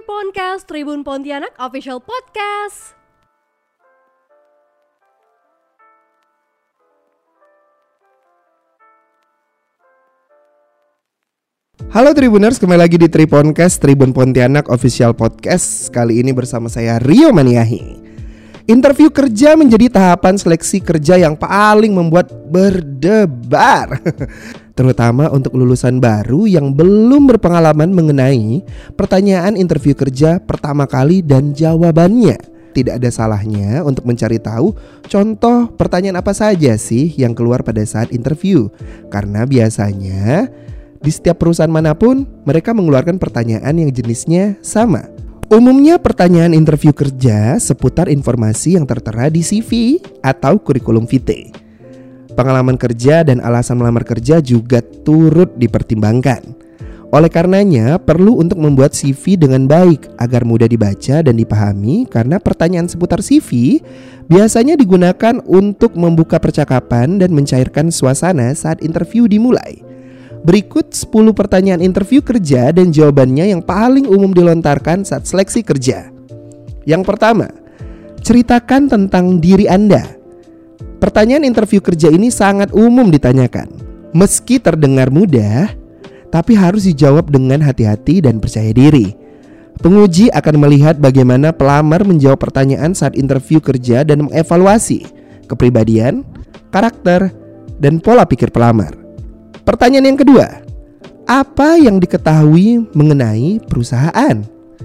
Triponcast, Tribun Pontianak Official Podcast. Halo Tribuners, kembali lagi di Triponcast, Tribun Pontianak Official Podcast. Kali ini bersama saya Rio Maniahi. Interview kerja menjadi tahapan seleksi kerja yang paling membuat berdebar terutama untuk lulusan baru yang belum berpengalaman mengenai pertanyaan interview kerja pertama kali dan jawabannya. Tidak ada salahnya untuk mencari tahu contoh pertanyaan apa saja sih yang keluar pada saat interview. Karena biasanya di setiap perusahaan manapun mereka mengeluarkan pertanyaan yang jenisnya sama. Umumnya pertanyaan interview kerja seputar informasi yang tertera di CV atau kurikulum vitae. Pengalaman kerja dan alasan melamar kerja juga turut dipertimbangkan. Oleh karenanya perlu untuk membuat CV dengan baik agar mudah dibaca dan dipahami, karena pertanyaan seputar CV biasanya digunakan untuk membuka percakapan dan mencairkan suasana saat interview dimulai. Berikut 10 pertanyaan interview kerja dan jawabannya yang paling umum dilontarkan saat seleksi kerja. Yang pertama, ceritakan tentang diri Anda. Pertanyaan interview kerja ini sangat umum ditanyakan. Meski terdengar mudah, tapi harus dijawab dengan hati-hati dan percaya diri. Penguji akan melihat bagaimana pelamar menjawab pertanyaan saat interview kerja dan mengevaluasi kepribadian, karakter, dan pola pikir pelamar. Pertanyaan yang kedua, apa yang diketahui mengenai perusahaan?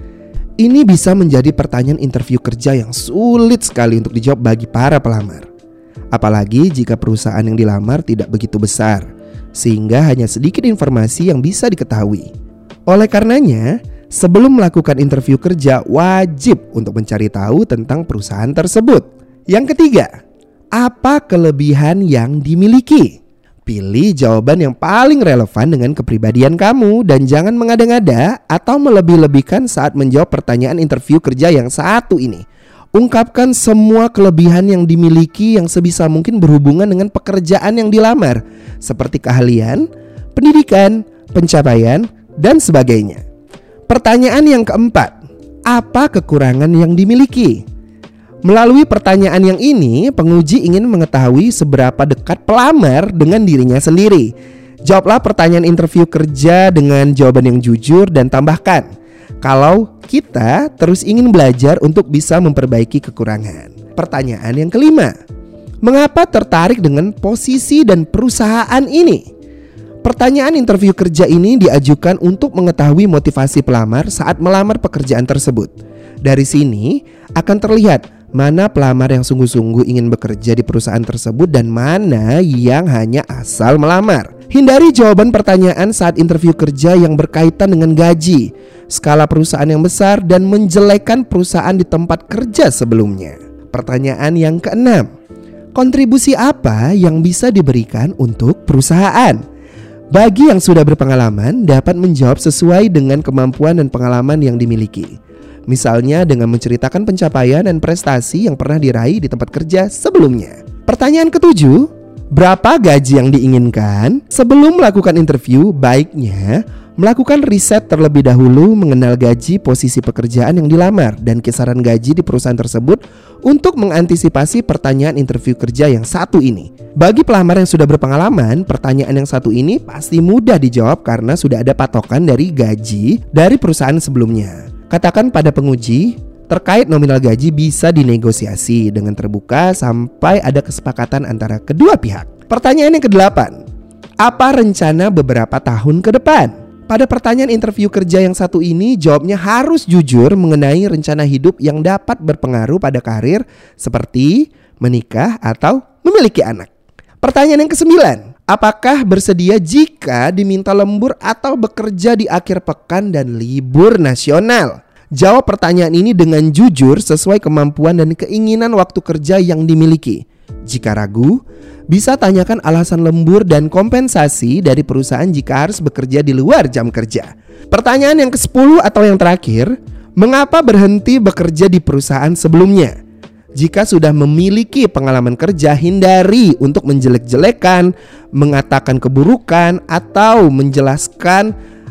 Ini bisa menjadi pertanyaan interview kerja yang sulit sekali untuk dijawab bagi para pelamar. Apalagi jika perusahaan yang dilamar tidak begitu besar, sehingga hanya sedikit informasi yang bisa diketahui. Oleh karenanya, sebelum melakukan interview kerja, wajib untuk mencari tahu tentang perusahaan tersebut. Yang ketiga, apa kelebihan yang dimiliki? Pilih jawaban yang paling relevan dengan kepribadian kamu dan jangan mengada-ngada atau melebih-lebihkan saat menjawab pertanyaan interview kerja yang satu ini. Ungkapkan semua kelebihan yang dimiliki yang sebisa mungkin berhubungan dengan pekerjaan yang dilamar, seperti keahlian, pendidikan, pencapaian, dan sebagainya. Pertanyaan yang keempat, apa kekurangan yang dimiliki? Melalui pertanyaan yang ini, penguji ingin mengetahui seberapa dekat pelamar dengan dirinya sendiri. Jawablah pertanyaan interview kerja dengan jawaban yang jujur dan tambahkan, kalau kita terus ingin belajar untuk bisa memperbaiki kekurangan. Pertanyaan yang kelima, mengapa tertarik dengan posisi dan perusahaan ini? Pertanyaan interview kerja ini diajukan untuk mengetahui motivasi pelamar saat melamar pekerjaan tersebut. Dari sini akan terlihat mana pelamar yang sungguh-sungguh ingin bekerja di perusahaan tersebut dan mana yang hanya asal melamar. Hindari jawaban pertanyaan saat interview kerja yang berkaitan dengan gaji, skala perusahaan yang besar, dan menjelekkan perusahaan di tempat kerja sebelumnya. Pertanyaan yang keenam, kontribusi apa yang bisa diberikan untuk perusahaan? Bagi yang sudah berpengalaman dapat menjawab sesuai dengan kemampuan dan pengalaman yang dimiliki. Misalnya dengan menceritakan pencapaian dan prestasi yang pernah diraih di tempat kerja sebelumnya. Pertanyaan ketujuh, berapa gaji yang diinginkan? Sebelum melakukan interview, baiknya melakukan riset terlebih dahulu mengenal gaji posisi pekerjaan yang dilamar dan kisaran gaji di perusahaan tersebut untuk mengantisipasi pertanyaan interview kerja yang satu ini. Bagi pelamar yang sudah berpengalaman, pertanyaan yang satu ini pasti mudah dijawab karena sudah ada patokan dari gaji dari perusahaan sebelumnya. Katakan pada penguji, terkait nominal gaji bisa dinegosiasi dengan terbuka sampai ada kesepakatan antara kedua pihak. Pertanyaan yang kedelapan, apa rencana beberapa tahun ke depan? Pada pertanyaan interview kerja yang satu ini, jawabnya harus jujur mengenai rencana hidup yang dapat berpengaruh pada karir seperti menikah atau memiliki anak. Pertanyaan yang kesembilan, apakah bersedia jika diminta lembur atau bekerja di akhir pekan dan libur nasional? Jawab pertanyaan ini dengan jujur sesuai kemampuan dan keinginan waktu kerja yang dimiliki. Jika ragu, bisa tanyakan alasan lembur dan kompensasi dari perusahaan jika harus bekerja di luar jam kerja. Pertanyaan yang ke-10 atau yang terakhir, mengapa berhenti bekerja di perusahaan sebelumnya? Jika sudah memiliki pengalaman kerja, hindari untuk menjelek-jelekan, mengatakan keburukan, atau menjelaskan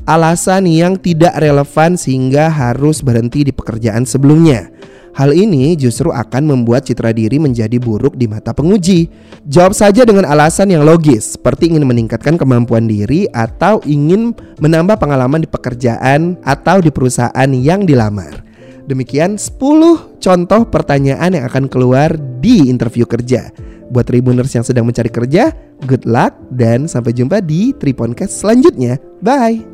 alasan yang tidak relevan sehingga harus berhenti di pekerjaan sebelumnya. Hal ini justru akan membuat citra diri menjadi buruk di mata penguji. Jawab saja dengan alasan yang logis, seperti ingin meningkatkan kemampuan diri atau ingin menambah pengalaman di pekerjaan atau di perusahaan yang dilamar. Demikian 10 contoh pertanyaan yang akan keluar di interview kerja. Buat Tribuners yang sedang mencari kerja, good luck dan sampai jumpa di Triponcast selanjutnya. Bye!